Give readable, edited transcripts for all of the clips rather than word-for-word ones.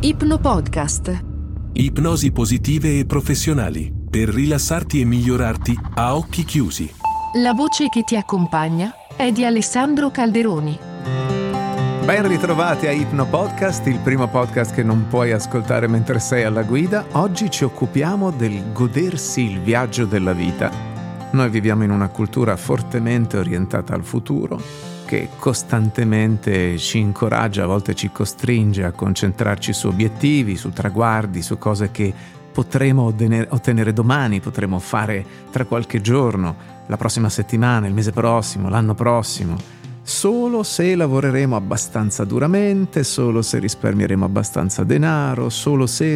Ipnopodcast. Ipnosi positive e professionali per rilassarti e migliorarti a occhi chiusi. La voce che ti accompagna è di Alessandro Calderoni. Ben ritrovati a Ipnopodcast, il primo podcast che non puoi ascoltare mentre sei alla guida. Oggi ci occupiamo del godersi il viaggio della vita. Noi viviamo in una cultura fortemente orientata al futuro, che costantemente ci incoraggia, a volte ci costringe a concentrarci su obiettivi, su traguardi, su cose che potremo ottenere domani, potremo fare tra qualche giorno, la prossima settimana, il mese prossimo, l'anno prossimo. Solo se lavoreremo abbastanza duramente, solo se risparmieremo abbastanza denaro, solo se.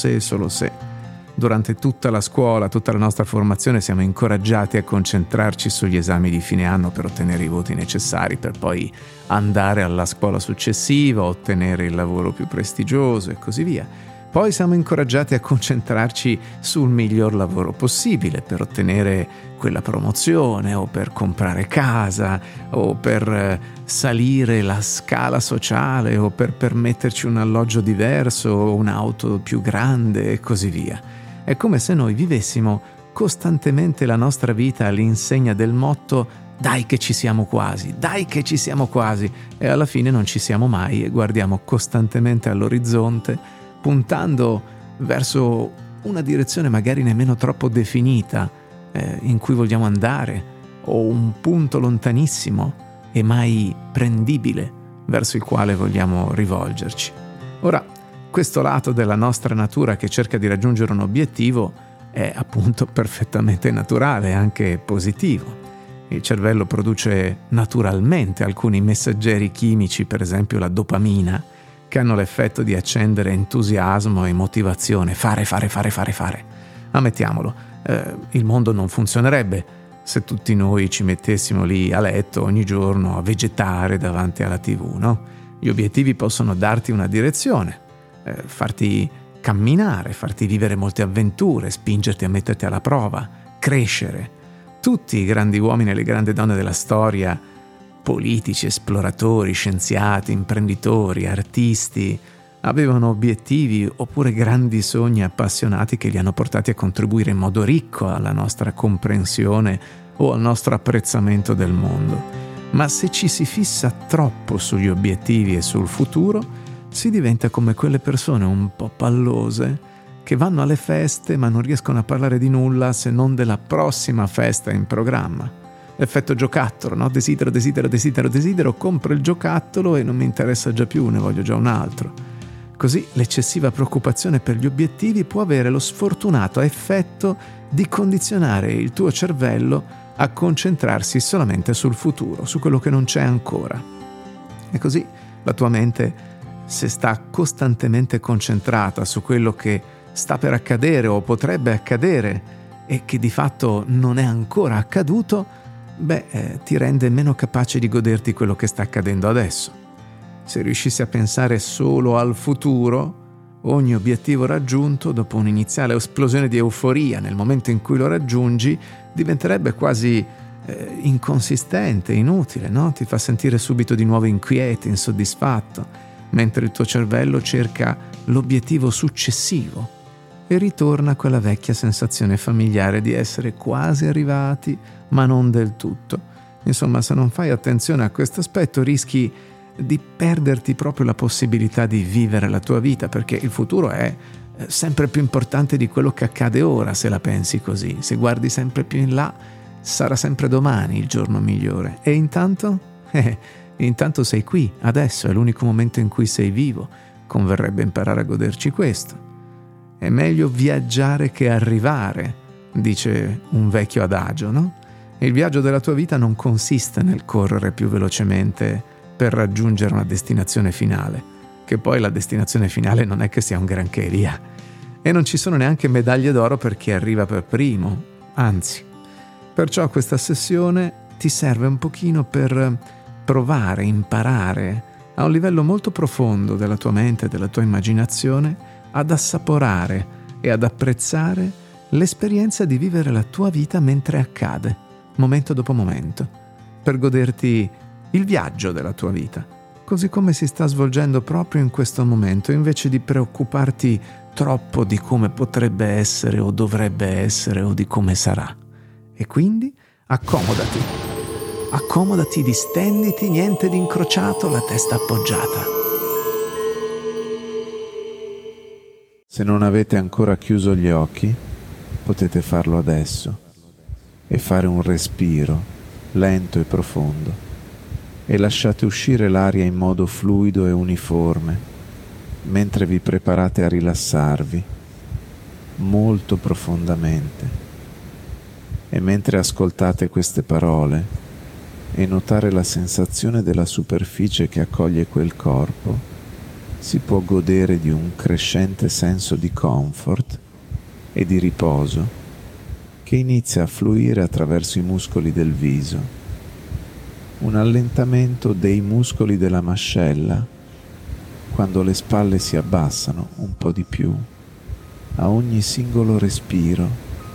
Durante tutta la scuola, tutta la nostra formazione siamo incoraggiati a concentrarci sugli esami di fine anno per ottenere i voti necessari per poi andare alla scuola successiva, ottenere il lavoro più prestigioso e così via. Poi siamo incoraggiati a concentrarci sul miglior lavoro possibile per ottenere quella promozione o per comprare casa o per salire la scala sociale o per permetterci un alloggio diverso o un'auto più grande e così via. È come se noi vivessimo costantemente la nostra vita all'insegna del motto «Dai che ci siamo quasi, dai che ci siamo quasi» e alla fine non ci siamo mai e guardiamo costantemente all'orizzonte puntando verso una direzione magari nemmeno troppo definita in cui vogliamo andare o un punto lontanissimo e mai prendibile verso il quale vogliamo rivolgerci. Ora, questo lato della nostra natura che cerca di raggiungere un obiettivo è appunto perfettamente naturale e anche positivo. Il cervello produce naturalmente alcuni messaggeri chimici, per esempio la dopamina, che hanno l'effetto di accendere entusiasmo e motivazione. Fare. Ammettiamolo, il mondo non funzionerebbe se tutti noi ci mettessimo lì a letto ogni giorno a vegetare davanti alla TV, no? Gli obiettivi possono darti una direzione, farti camminare, farti vivere molte avventure, spingerti a metterti alla prova, crescere. Tutti i grandi uomini e le grandi donne della storia, politici, esploratori, scienziati, imprenditori, artisti, avevano obiettivi oppure grandi sogni appassionati che li hanno portati a contribuire in modo ricco alla nostra comprensione o al nostro apprezzamento del mondo. Ma se ci si fissa troppo sugli obiettivi e sul futuro, si diventa come quelle persone un po' pallose che vanno alle feste ma non riescono a parlare di nulla se non della prossima festa in programma. L'effetto giocattolo, no? Desidero, compro il giocattolo e non mi interessa già più, ne voglio già un altro. Così l'eccessiva preoccupazione per gli obiettivi può avere lo sfortunato effetto di condizionare il tuo cervello a concentrarsi solamente sul futuro, su quello che non c'è ancora. E così la tua mente, se sta costantemente concentrata su quello che sta per accadere o potrebbe accadere e che di fatto non è ancora accaduto, ti rende meno capace di goderti quello che sta accadendo adesso. Se riuscissi a pensare solo al futuro, ogni obiettivo raggiunto, dopo un'iniziale esplosione di euforia nel momento in cui lo raggiungi, diventerebbe quasi inconsistente, inutile, no? Ti fa sentire subito di nuovo inquieto, insoddisfatto, mentre il tuo cervello cerca l'obiettivo successivo e ritorna a quella vecchia sensazione familiare di essere quasi arrivati, ma non del tutto. Insomma, se non fai attenzione a questo aspetto, rischi di perderti proprio la possibilità di vivere la tua vita, perché il futuro è sempre più importante di quello che accade ora, se la pensi così. Se guardi sempre più in là, sarà sempre domani il giorno migliore. E intanto? Intanto sei qui, adesso è l'unico momento in cui sei vivo. Converrebbe imparare a goderci questo. È meglio viaggiare che arrivare, dice un vecchio adagio, no? Il viaggio della tua vita non consiste nel correre più velocemente per raggiungere una destinazione finale, che poi la destinazione finale non è che sia un granché, via. E non ci sono neanche medaglie d'oro per chi arriva per primo, anzi. Perciò questa sessione ti serve un pochino per provare, imparare a un livello molto profondo della tua mente e della tua immaginazione ad assaporare e ad apprezzare l'esperienza di vivere la tua vita mentre accade, momento dopo momento, per goderti il viaggio della tua vita, così come si sta svolgendo proprio in questo momento, invece di preoccuparti troppo di come potrebbe essere o dovrebbe essere o di come sarà. E quindi accomodati, distenditi, niente di incrociato, la testa appoggiata. Se non avete ancora chiuso gli occhi, potete farlo adesso e fare un respiro lento e profondo e lasciate uscire l'aria in modo fluido e uniforme mentre vi preparate a rilassarvi molto profondamente. E mentre ascoltate queste parole e notare la sensazione della superficie che accoglie quel corpo, si può godere di un crescente senso di comfort e di riposo che inizia a fluire attraverso i muscoli del viso. Un allentamento dei muscoli della mascella quando le spalle si abbassano un po' di più a ogni singolo respiro,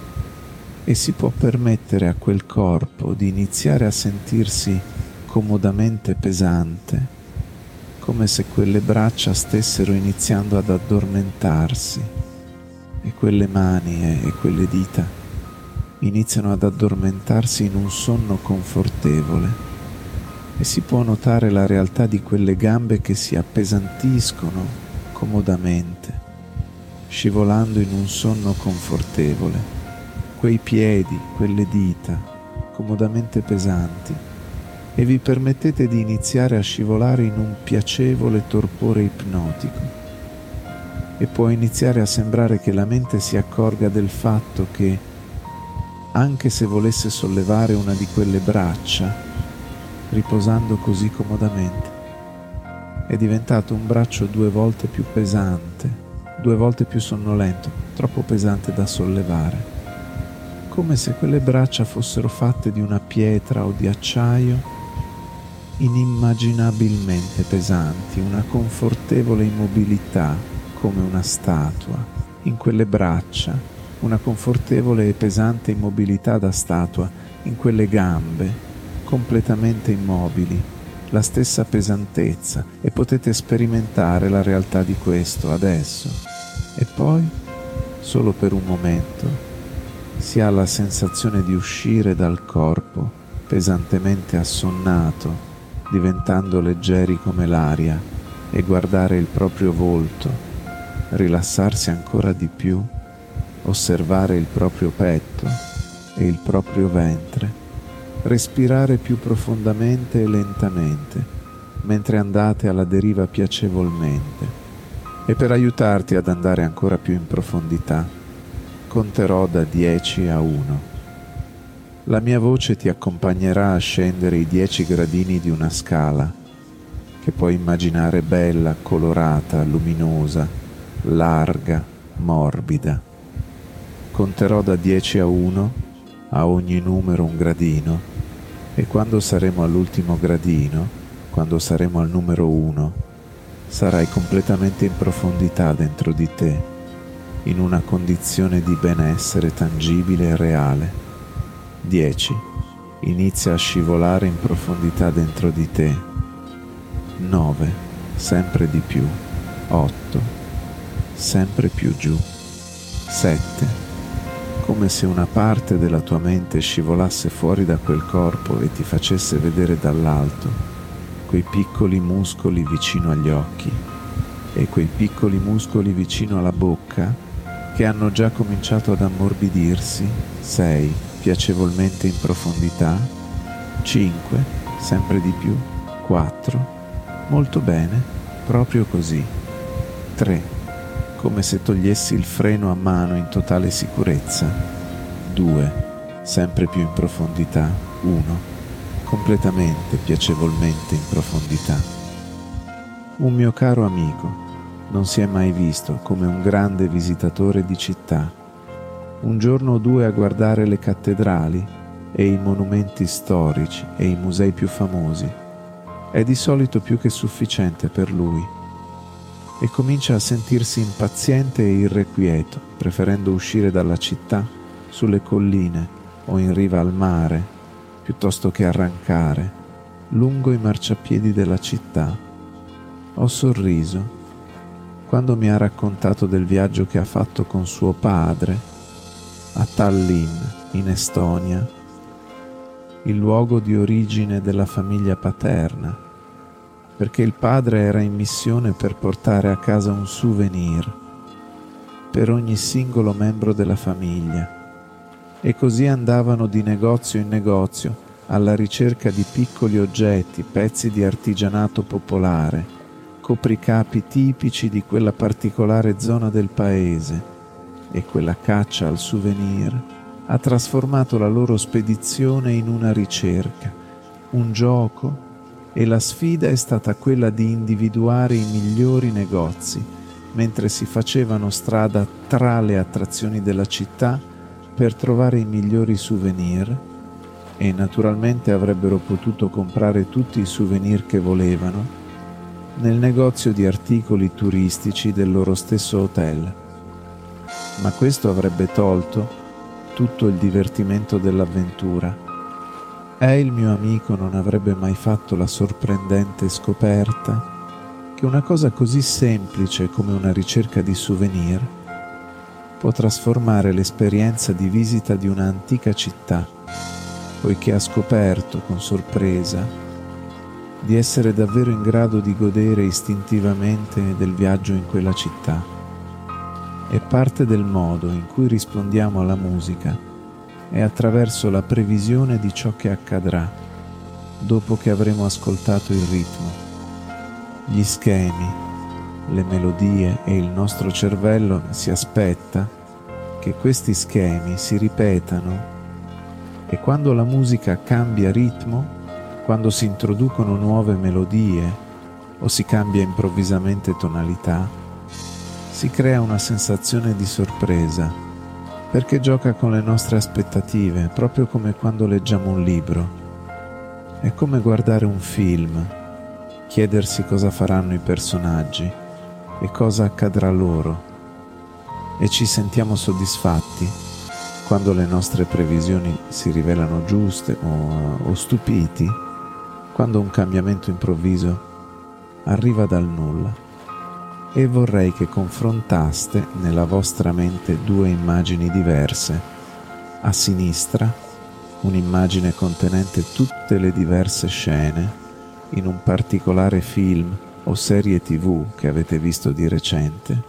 e si può permettere a quel corpo di iniziare a sentirsi comodamente pesante, come se quelle braccia stessero iniziando ad addormentarsi e quelle mani e quelle dita iniziano ad addormentarsi in un sonno confortevole. E si può notare la realtà di quelle gambe che si appesantiscono comodamente, scivolando in un sonno confortevole, quei piedi, quelle dita comodamente pesanti, e vi permettete di iniziare a scivolare in un piacevole torpore ipnotico. E può iniziare a sembrare che la mente si accorga del fatto che, anche se volesse sollevare una di quelle braccia, riposando così comodamente, è diventato un braccio 2 volte più pesante, 2 volte più sonnolento, troppo pesante da sollevare, come se quelle braccia fossero fatte di una pietra o di acciaio inimmaginabilmente pesanti, una confortevole immobilità come una statua in quelle braccia, una confortevole e pesante immobilità da statua in quelle gambe completamente immobili, la stessa pesantezza, e potete sperimentare la realtà di questo adesso. E poi, solo per un momento, si ha la sensazione di uscire dal corpo pesantemente assonnato, diventando leggeri come l'aria, e guardare il proprio volto, rilassarsi ancora di più, osservare il proprio petto e il proprio ventre, respirare più profondamente e lentamente mentre andate alla deriva piacevolmente. E per aiutarti ad andare ancora più in profondità, conterò da 10 a 1. La mia voce ti accompagnerà a scendere i 10 gradini di una scala che puoi immaginare bella, colorata, luminosa, larga, morbida. Conterò da 10 a 1, a ogni numero un gradino, e quando saremo all'ultimo gradino, quando saremo al numero 1, sarai completamente in profondità dentro di te, in una condizione di benessere tangibile e reale. 10. Inizia a scivolare in profondità dentro di te. 9. Sempre di più. 8. Sempre più giù. 7. Come se una parte della tua mente scivolasse fuori da quel corpo e ti facesse vedere dall'alto quei piccoli muscoli vicino agli occhi e quei piccoli muscoli vicino alla bocca che hanno già cominciato ad ammorbidirsi. 6. Piacevolmente in profondità. 5. Sempre di più. 4. Molto bene, proprio così. 3. Come se togliessi il freno a mano in totale sicurezza. 2. Sempre più in profondità. 1. Completamente, piacevolmente in profondità. Un mio caro amico non si è mai visto come un grande visitatore di città. Un giorno o 2 a guardare le cattedrali e i monumenti storici e i musei più famosi è di solito più che sufficiente per lui, e comincia a sentirsi impaziente e irrequieto, preferendo uscire dalla città sulle colline o in riva al mare, piuttosto che arrancare lungo i marciapiedi della città Ho sorriso quando mi ha raccontato del viaggio che ha fatto con suo padre a Tallinn, in Estonia, il luogo di origine della famiglia paterna, perché il padre era in missione per portare a casa un souvenir per ogni singolo membro della famiglia, e così andavano di negozio in negozio alla ricerca di piccoli oggetti, pezzi di artigianato popolare, copricapi tipici di quella particolare zona del paese, e quella caccia al souvenir ha trasformato la loro spedizione in una ricerca, un gioco, e la sfida è stata quella di individuare i migliori negozi mentre si facevano strada tra le attrazioni della città per trovare i migliori souvenir, e naturalmente avrebbero potuto comprare tutti i souvenir che volevano nel negozio di articoli turistici del loro stesso hotel. Ma questo avrebbe tolto tutto il divertimento dell'avventura. E il mio amico non avrebbe mai fatto la sorprendente scoperta che una cosa così semplice come una ricerca di souvenir può trasformare l'esperienza di visita di una antica città, poiché ha scoperto con sorpresa di essere davvero in grado di godere istintivamente del viaggio in quella città. E parte del modo in cui rispondiamo alla musica è attraverso la previsione di ciò che accadrà dopo che avremo ascoltato il ritmo. Gli schemi, le melodie e il nostro cervello si aspetta che questi schemi si ripetano, e quando la musica cambia ritmo, quando si introducono nuove melodie o si cambia improvvisamente tonalità, si crea una sensazione di sorpresa, perché gioca con le nostre aspettative, proprio come quando leggiamo un libro. È come guardare un film, chiedersi cosa faranno i personaggi e cosa accadrà loro, e ci sentiamo soddisfatti quando le nostre previsioni si rivelano giuste, o stupiti quando un cambiamento improvviso arriva dal nulla. E vorrei che confrontaste nella vostra mente due immagini diverse. A sinistra un'immagine contenente tutte le diverse scene in un particolare film o serie TV che avete visto di recente,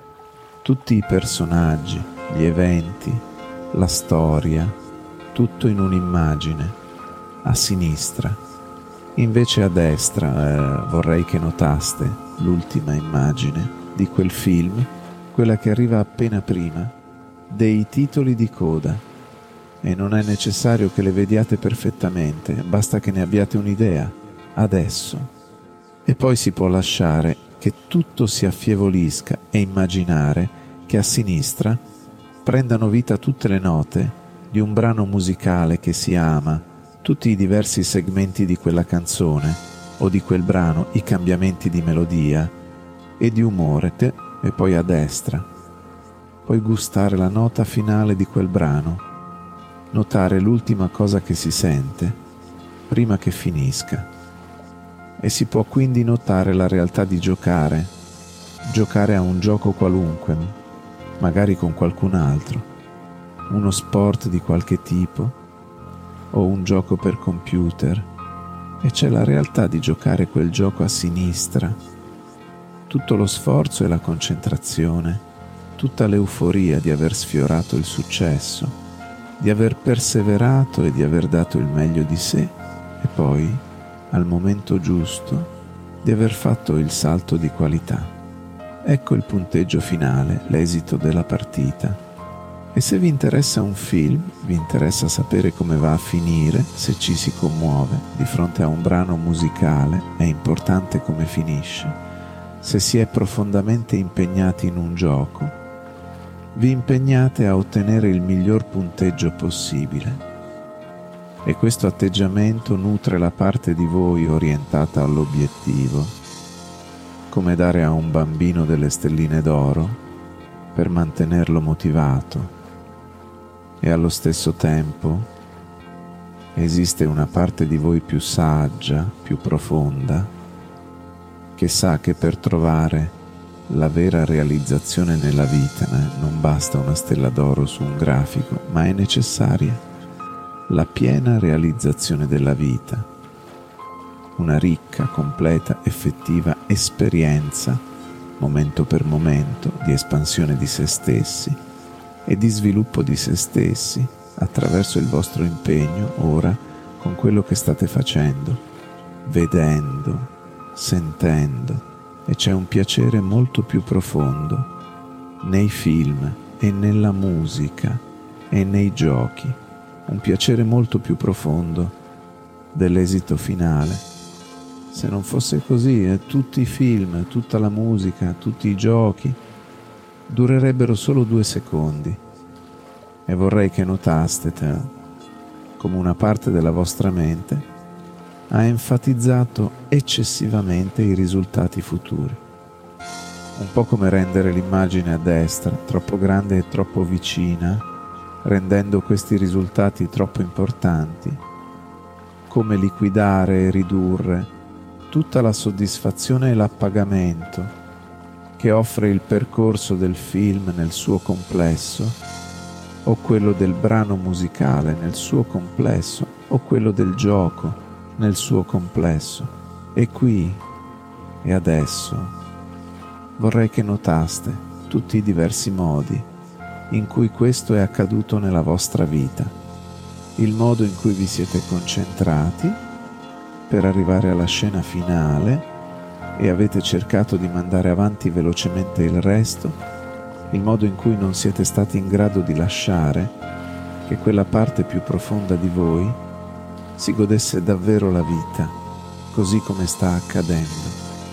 tutti i personaggi, gli eventi, la storia, tutto in un'immagine, a sinistra. Invece a destra vorrei che notaste l'ultima immagine di quel film, quella che arriva appena prima dei titoli di coda, e non è necessario che le vediate perfettamente, basta che ne abbiate un'idea adesso, e poi si può lasciare che tutto si affievolisca e immaginare che a sinistra prendano vita tutte le note di un brano musicale che si ama, tutti i diversi segmenti di quella canzone o di quel brano, i cambiamenti di melodia e di umore, e poi a destra puoi gustare la nota finale di quel brano, notare l'ultima cosa che si sente prima che finisca. E si può quindi notare la realtà di giocare a un gioco qualunque, magari con qualcun altro, uno sport di qualche tipo o un gioco per computer, e c'è la realtà di giocare quel gioco a sinistra, tutto lo sforzo e la concentrazione, tutta l'euforia di aver sfiorato il successo, di aver perseverato e di aver dato il meglio di sé, e poi al momento giusto di aver fatto il salto di qualità. Ecco il punteggio finale, l'esito della partita. E se vi interessa un film, vi interessa sapere come va a finire, se ci si commuove di fronte a un brano musicale, è importante come finisce, se si è profondamente impegnati in un gioco, vi impegnate a ottenere il miglior punteggio possibile. E questo atteggiamento nutre la parte di voi orientata all'obiettivo, come dare a un bambino delle stelline d'oro per mantenerlo motivato. E allo stesso tempo esiste una parte di voi più saggia, più profonda, che sa che per trovare la vera realizzazione nella vita non basta una stella d'oro su un grafico, ma è necessaria la piena realizzazione della vita, una ricca, completa, effettiva esperienza, momento per momento, di espansione di se stessi e di sviluppo di se stessi attraverso il vostro impegno ora con quello che state facendo, vedendo, sentendo. E c'è un piacere molto più profondo nei film e nella musica e nei giochi, un piacere molto più profondo dell'esito finale. Se non fosse così, tutti i film, tutta la musica, tutti i giochi durerebbero solo 2 secondi e vorrei che notaste come una parte della vostra mente ha enfatizzato eccessivamente i risultati futuri. Un po' come rendere l'immagine a destra troppo grande e troppo vicina, rendendo questi risultati troppo importanti, come liquidare e ridurre tutta la soddisfazione e l'appagamento che offre il percorso del film nel suo complesso, o quello del brano musicale nel suo complesso, o quello del gioco nel suo complesso. E qui e adesso vorrei che notaste tutti i diversi modi in cui questo è accaduto nella vostra vita, il modo in cui vi siete concentrati per arrivare alla scena finale e avete cercato di mandare avanti velocemente il resto, il modo in cui non siete stati in grado di lasciare che quella parte più profonda di voi si godesse davvero la vita, così come sta accadendo.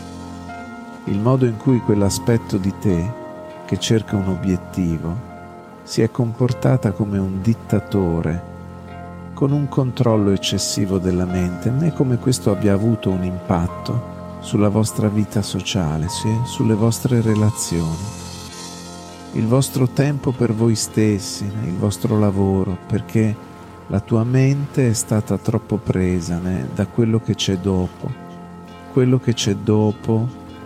Il modo in cui quell'aspetto di te, che cerca un obiettivo, si è comportata come un dittatore, con un controllo eccessivo della mente, né come questo abbia avuto un impatto sulla vostra vita sociale, sulle vostre relazioni. Il vostro tempo per voi stessi, il vostro lavoro, perché la tua mente è stata troppo presa da quello che c'è dopo. Quello che c'è dopo,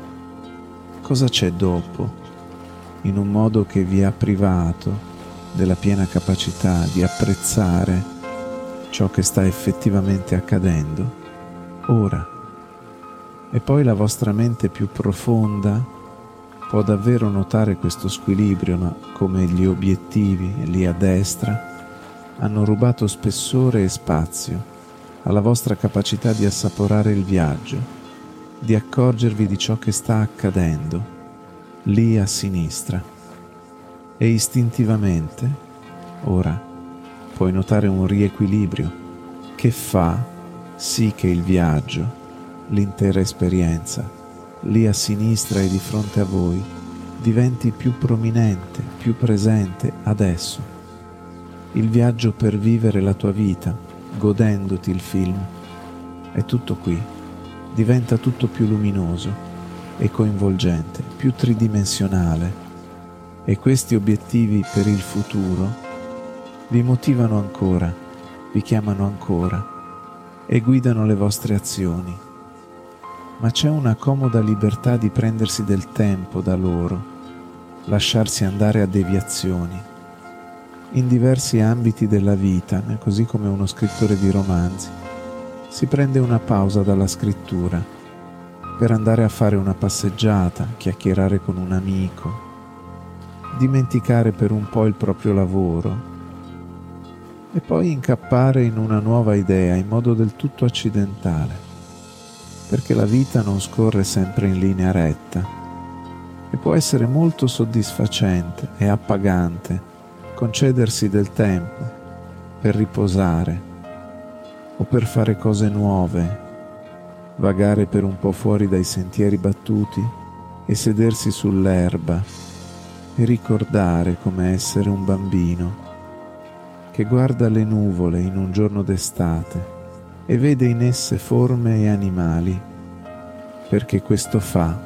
cosa c'è dopo? In un modo che vi ha privato della piena capacità di apprezzare ciò che sta effettivamente accadendo ora. E poi la vostra mente più profonda può davvero notare questo squilibrio, ma come gli obiettivi lì a destra hanno rubato spessore e spazio alla vostra capacità di assaporare il viaggio, di accorgervi di ciò che sta accadendo lì a sinistra. E istintivamente, ora, puoi notare un riequilibrio che fa sì che il viaggio, l'intera esperienza, lì a sinistra e di fronte a voi, diventi più prominente, più presente adesso. Il viaggio per vivere la tua vita, godendoti il film, è tutto qui, diventa tutto più luminoso e coinvolgente, più tridimensionale, e questi obiettivi per il futuro vi motivano ancora, vi chiamano ancora e guidano le vostre azioni. Ma c'è una comoda libertà di prendersi del tempo da loro, lasciarsi andare a deviazioni. In diversi ambiti della vita, così come uno scrittore di romanzi, si prende una pausa dalla scrittura per andare a fare una passeggiata, chiacchierare con un amico, dimenticare per un po' il proprio lavoro e poi incappare in una nuova idea in modo del tutto accidentale, perché la vita non scorre sempre in linea retta e può essere molto soddisfacente e appagante concedersi del tempo per riposare o per fare cose nuove, vagare per un po' fuori dai sentieri battuti e sedersi sull'erba e ricordare come essere un bambino che guarda le nuvole in un giorno d'estate e vede in esse forme e animali, perché questo fa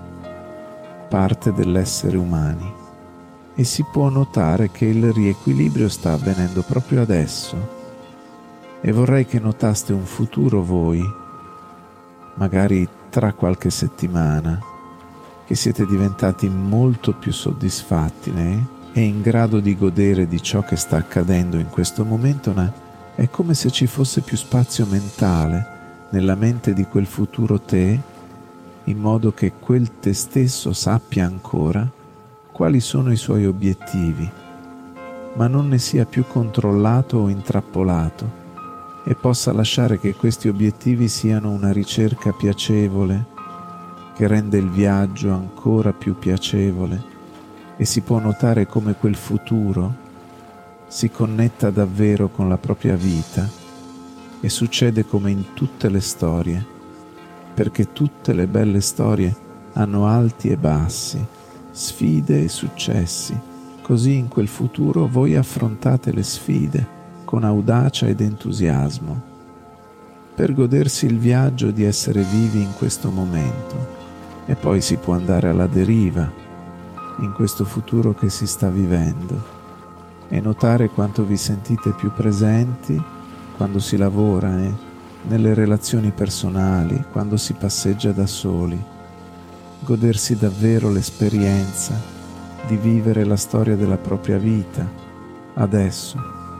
parte dell'essere umani. E si può notare che il riequilibrio sta avvenendo proprio adesso, e vorrei che notaste un futuro voi, magari tra qualche settimana, che siete diventati molto più soddisfatti e in grado di godere di ciò che sta accadendo in questo momento, è come se ci fosse più spazio mentale nella mente di quel futuro te, in modo che quel te stesso sappia ancora quali sono i suoi obiettivi, ma non ne sia più controllato o intrappolato, e possa lasciare che questi obiettivi siano una ricerca piacevole che rende il viaggio ancora più piacevole, e si può notare come quel futuro si connetta davvero con la propria vita, e succede come in tutte le storie, perché tutte le belle storie hanno alti e bassi, sfide e successi. Così in quel futuro voi affrontate le sfide con audacia ed entusiasmo, per godersi il viaggio di essere vivi in questo momento, e poi si può andare alla deriva in questo futuro che si sta vivendo, e notare quanto vi sentite più presenti quando si lavora nelle relazioni personali, quando si passeggia da soli, godersi davvero l'esperienza di vivere la storia della propria vita adesso.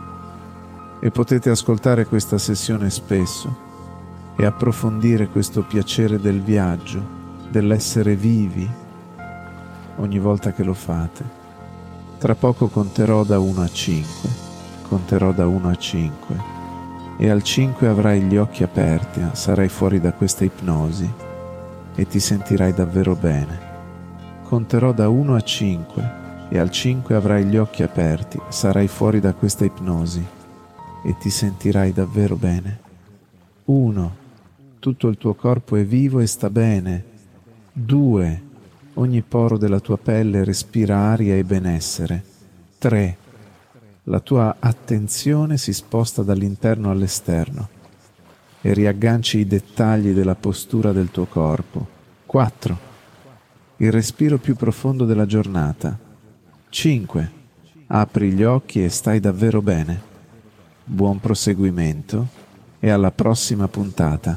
E potete ascoltare questa sessione spesso e approfondire questo piacere del viaggio, dell'essere vivi ogni volta che lo fate. Tra poco conterò da 1 a 5, conterò da 1 a 5, e al 5 avrai gli occhi aperti, sarai fuori da questa ipnosi e ti sentirai davvero bene. Conterò da 1 a 5 e al 5 avrai gli occhi aperti, sarai fuori da questa ipnosi e ti sentirai davvero bene. 1. Tutto il tuo corpo è vivo e sta bene. 2. Ogni poro della tua pelle respira aria e benessere. 3. La tua attenzione si sposta dall'interno all'esterno e riagganci i dettagli della postura del tuo corpo. 4. Il respiro più profondo della giornata. 5. Apri gli occhi e stai davvero bene. Buon proseguimento e alla prossima puntata.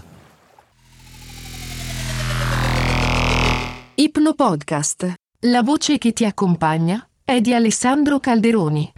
Ipno Podcast. La voce che ti accompagna è di Alessandro Calderoni.